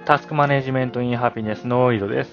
タスクマネジメントインハピネスの井戸です。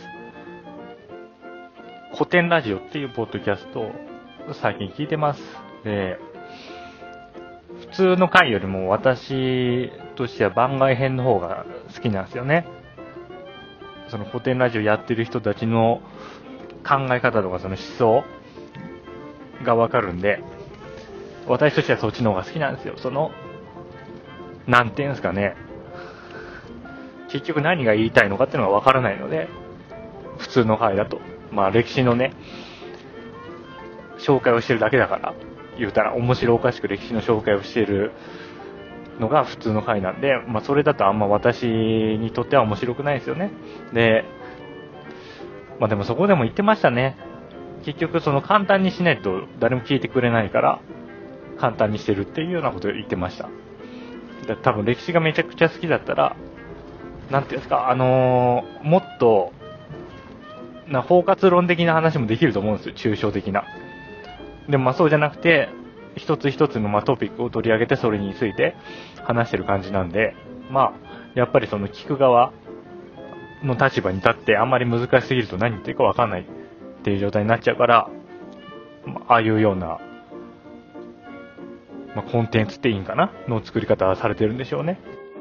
古典ラジオっていうポッドキャストを最近聞いてます。で、普通の回よりも私としては番外編の方が好きなんですよね。その古典ラジオやってる人たちの考え方とかその思想がわかるんで、私としてはそっちの方が好きなんですよ。なんていうんですかね。結局何が言いたいのかっていうのがわからないので、普通の回だと。歴史のね、紹介をしてるだけだから、言うたら面白おかしく歴史の紹介をしているのが普通の回なんで、それだとあんま私にとっては面白くないですよね。で、でもそこでも言ってましたね。結局簡単にしないと誰も聞いてくれないから、簡単にしてるっていうようなことを言ってました。多分歴史がめちゃくちゃ好きだったら、なんていうんですか、もっと、包括論的な話もできると思うんですよ、抽象的な。でもそうじゃなくて、一つ一つのトピックを取り上げてそれについて話してる感じなんで、やっぱり聞く側の立場に立ってあんまり難しすぎると何言ってるかわかんないっていう状態になっちゃうから、ああいうような、コンテンツっていいんかなの作り方されてるんでしょうね。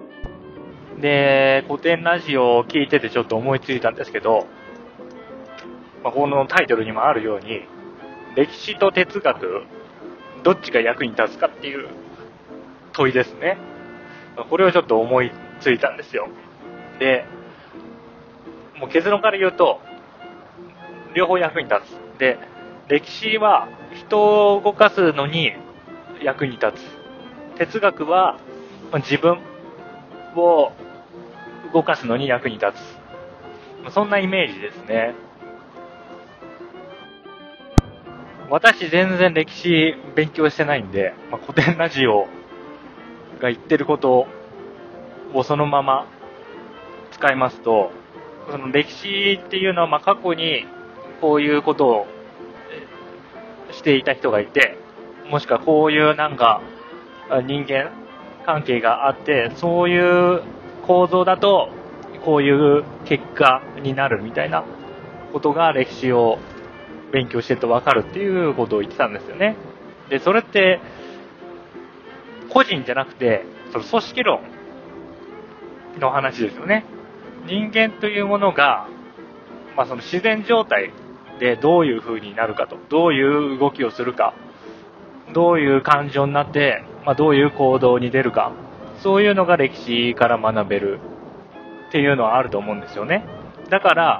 で、古典ラジオを聞いててちょっと思いついたんですけど、このタイトルにもあるように、歴史と哲学、どっちが役に立つかっていう問いですね。これをちょっと思いついたんですよ。で、もう結論から言うと、両方役に立つ。で、歴史は人を動かすのに役に立つ。哲学は自分を動かすのに役に立つ。そんなイメージですね。私全然歴史勉強してないんで、古典ラジオが言ってることをそのまま使いますと、その歴史っていうのは過去にこういうことをしていた人がいて、もしくはこういう人間関係があって、そういう構造だとこういう結果になるみたいなことが歴史を勉強してると分かるっていうことを言ってたんですよね。で、それって個人じゃなくて組織論の話ですよね。人間というものが、自然状態でどういう風になるかと、どういう動きをするか、どういう感情になって、どういう行動に出るか、そういうのが歴史から学べるっていうのはあると思うんですよね。だから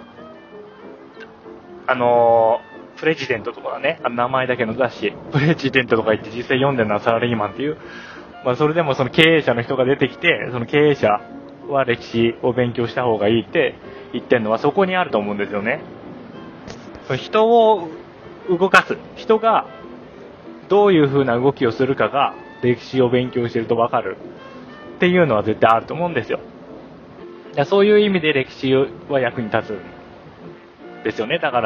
プレジデントとかね、名前だけの雑誌、プレジデントとか言って実際読んでるのはサラリーマンっていう、それでも経営者の人が出てきて、その経営者は歴史を勉強した方がいいって言ってるのはそこにあると思うんですよね。人を動かす、人がどういう風な動きをするかが歴史を勉強してると分かるっていうのは絶対あると思うんですよ。そういう意味で歴史は役に立つですよね。だから、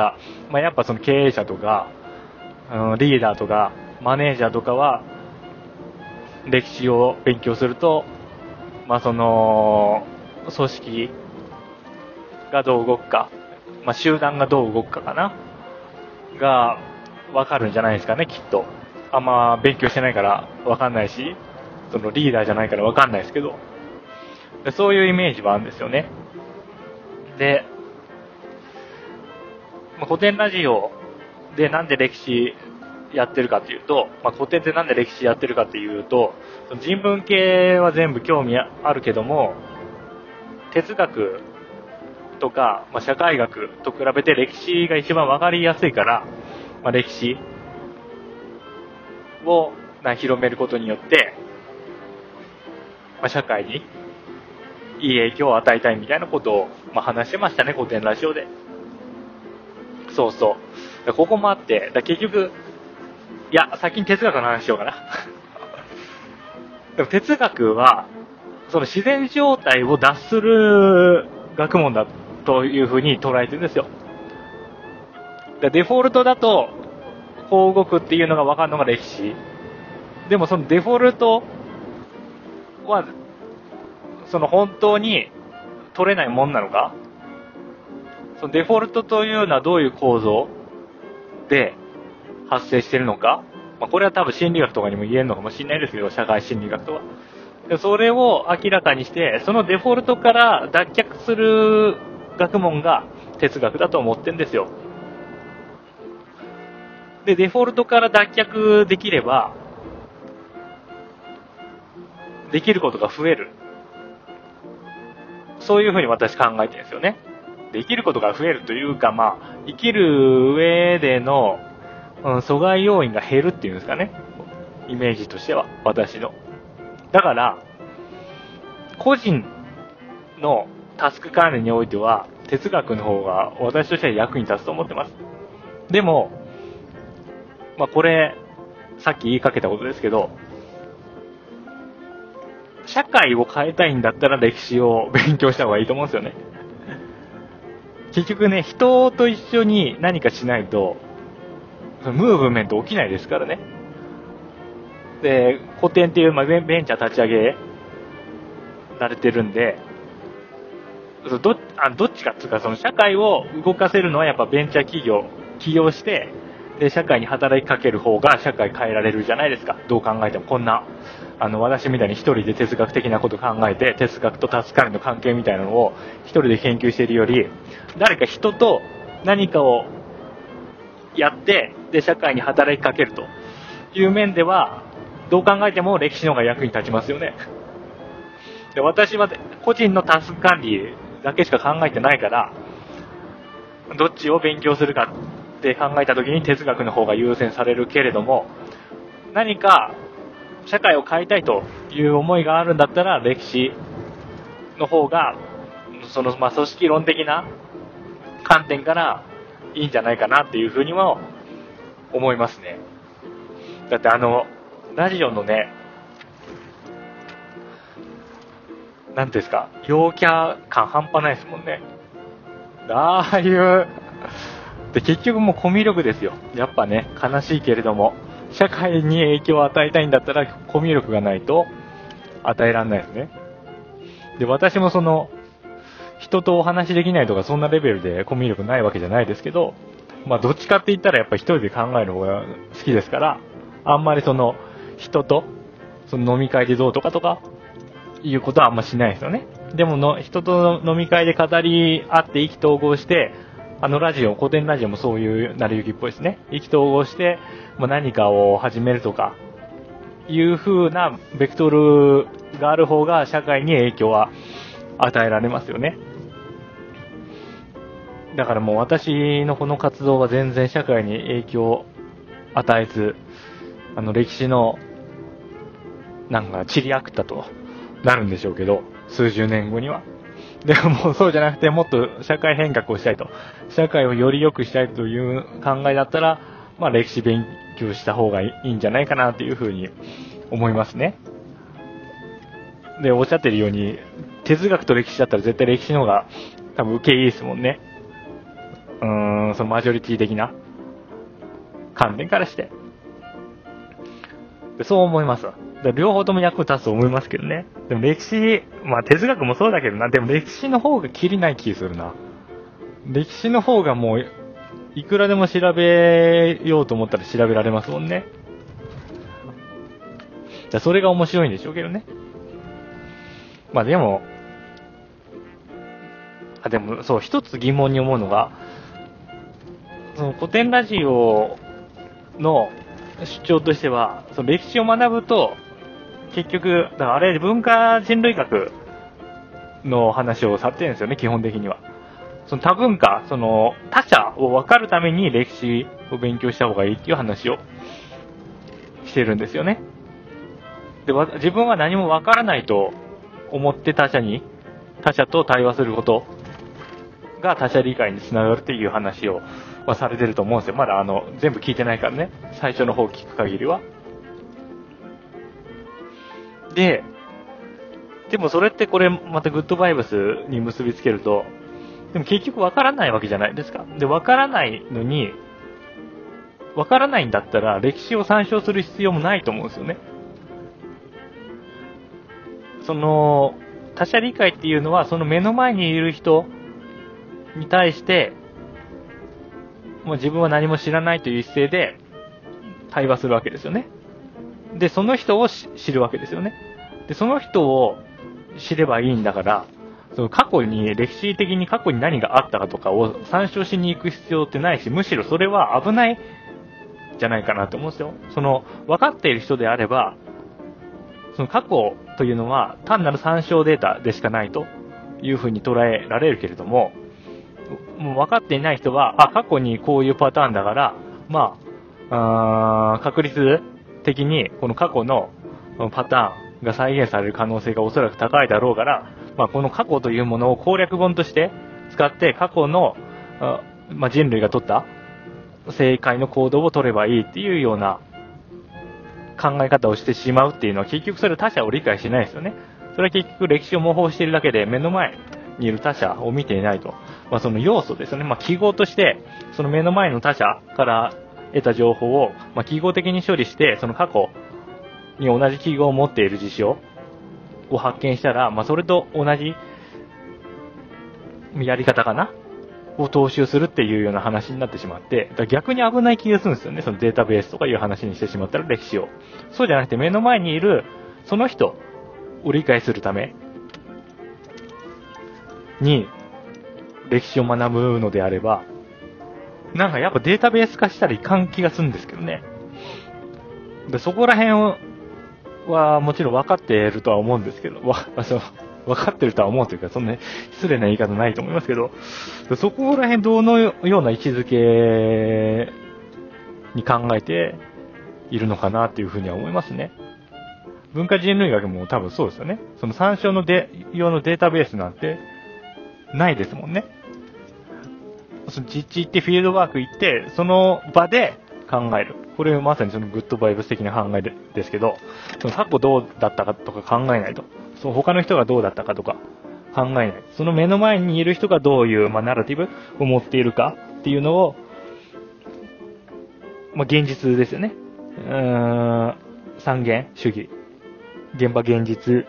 やっぱ経営者とか、リーダーとか、マネージャーとかは、歴史を勉強すると、組織がどう動くか、集団がどう動くかかな、が、わかるんじゃないですかね、きっと。あんま勉強してないからわかんないし、リーダーじゃないからわかんないですけど、そういうイメージはあるんですよね。で、古典ラジオでなんで歴史やってるかっていうと、古典でなんで歴史やってるかっていうと、人文系は全部興味あるけども、哲学とか、社会学と比べて歴史が一番わかりやすいから、歴史を広めることによって、社会にいい影響を与えたいみたいなことを、話してましたね、古典ラジオで。そうそう。ここもあって、結局、先に哲学の話しようかな。でも哲学は、自然状態を脱する学問だというふうに捉えてるんですよ。デフォルトだと、こう動くっていうのが分かるのが歴史。でもデフォルトは、本当に取れないもんなのか、そのデフォルトというのはどういう構造で発生しているのか、これは多分心理学とかにも言えるのかもしれないですけど、社会心理学とは。でそれを明らかにして、そのデフォルトから脱却する学問が哲学だと思ってるんですよ。で、デフォルトから脱却できれば、できることが増える。そういうふうに私考えてるんですよね。できることが増えるというか、生きる上での、阻害要因が減るっていうんですかね。イメージとしては、私の。だから、個人のタスク管理においては、哲学の方が私としては役に立つと思ってます。でも、これ、さっき言いかけたことですけど、社会を変えたいんだったら歴史を勉強した方がいいと思うんですよね。結局ね、人と一緒に何かしないと、ムーブメント起きないですからね。で、古典っていう、ベンチャー立ち上げられてるんで、どっちかっていうか、その社会を動かせるのはやっぱベンチャー起業して、で、社会に働きかける方が社会変えられるじゃないですか。どう考えてもこんな、私みたいに一人で哲学的なこと考えて、哲学とタスク管理の関係みたいなのを一人で研究しているより、誰か人と何かをやって、で、社会に働きかけるという面では、どう考えても歴史の方が役に立ちますよね。で、私は個人のタスク管理だけしか考えてないから、どっちを勉強するかって考えたときに哲学の方が優先されるけれども、何か社会を変えたいという思いがあるんだったら、歴史の方が、その、組織論的な観点からいいんじゃないかなっていうふうにも思いますね。だってラジオのね、なんていうんですか、陽キャ感半端ないですもんね。ああいう、で、結局もうコミュ力ですよ。やっぱね、悲しいけれども、社会に影響を与えたいんだったら、コミュ力がないと与えられないですね。で、私も人とお話しできないとか、そんなレベルでコミュ力ないわけじゃないですけど、どっちかって言ったらやっぱ一人で考える方が好きですから、あんまり人と、飲み会でどうとか、いうことはあんましないですよね。でも人と飲み会で語り合って意気投合して、古典ラジオもそういう成り行きっぽいですね。意気投合して、何かを始めるとか、いう風なベクトルがある方が社会に影響は与えられますよね。だからもう私のこの活動は全然社会に影響を与えず、歴史の、散りあくったとなるんでしょうけど、数十年後には。でももうそうじゃなくて、もっと社会変革をしたいと。社会をより良くしたいという考えだったら、歴史勉強した方がいいんじゃないかなというふうに思いますね。で、おっしゃってるように、哲学と歴史だったら絶対歴史の方が多分受けいいですもんね。そのマジョリティ的な観点からして。でそう思います。で両方とも役に立つと思いますけどね。でも歴史、哲学もそうだけどな。でも歴史の方がきりない気するな。歴史の方がもう、いくらでも調べようと思ったら調べられますもんね。それが面白いんでしょうけどね。でもそう、一つ疑問に思うのが、その古典ラジオの主張としては、その歴史を学ぶと、結局、だからあれ文化人類学の話をされてるんですよね、基本的には。その多文化、他者を分かるために歴史を勉強した方がいいっていう話をしてるんですよね。で、自分は何も分からないと思って他者と対話することが他者理解につながるっていう話をされてると思うんですよ。まだ全部聞いてないからね。最初の方聞く限りは。でもそれってこれまたグッドバイブスに結びつけると、でも結局わからないわけじゃないですか。で、わからないのに、わからないんだったら歴史を参照する必要もないと思うんですよね。 他者理解っていうのは、その目の前にいる人に対して、もう自分は何も知らないという姿勢で対話するわけですよね。で、その人を知るわけですよね。で、その人を知ればいいんだから、その過去に、歴史的に過去に何があったかとかを参照しに行く必要ってないし、むしろそれは危ないじゃないかなと思うんですよ。その、分かっている人であれば、その過去というのは単なる参照データでしかないというふうに捉えられるけれども、もう分かっていない人は、過去にこういうパターンだから、確率的にこの過去のパターンが再現される可能性がおそらく高いだろうから、この過去というものを攻略本として使って過去の、人類が取った正解の行動を取ればいいっていうような考え方をしてしまうっていうのは、結局それは他者を理解しないですよね。それは結局歴史を模倣しているだけで、目の前にいる他者を見ていないと。その要素ですよね。記号として、その目の前の他者から得た情報を、記号的に処理して、その過去に同じ記号を持っている事象を発見したら、それと同じやり方かなを踏襲するっていうような話になってしまって、逆に危ない気がするんですよね。そのデータベースとかいう話にしてしまったら歴史を。そうじゃなくて目の前にいるその人を理解するために歴史を学ぶのであれば、なんかやっぱデータベース化したらいかん気がするんですけどね。でそこら辺はもちろん分かっているとは思うんですけど、分かってるとは思うというか、そんな失礼な言い方ないと思いますけど、そこら辺どのような位置づけに考えているのかなっていうふうには思いますね。文化人類学も多分そうですよね。その参照の用のデータベースなんてないですもんね。その実地行ってフィールドワーク行って、その場で考える。これまさにそのグッドバイブス的な考えですけど、その過去どうだったかとか考えないと。その他の人がどうだったかとか考えない。その目の前にいる人がどういう、ナラティブを持っているかっていうのを、現実ですよね。三元主義。現場現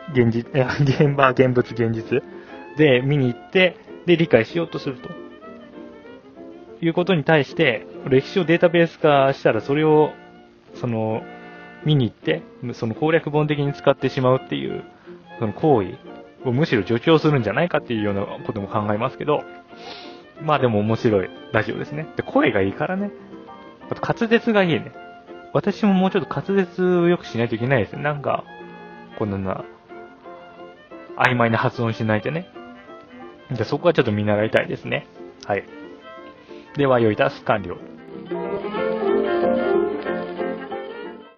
物現実で見に行って、で理解しようとすると。いうことに対して、歴史をデータベース化したらそれを、見に行って、その攻略本的に使ってしまうっていう、その行為をむしろ助長するんじゃないかっていうようなことも考えますけど、でも面白いラジオですね。で、声がいいからね。あと滑舌がいいね。私ももうちょっと滑舌を良くしないといけないですね。なんか、こんな、曖昧な発音しないでね。で、そこはちょっと見習いたいですね。はい。では、良いタス完了。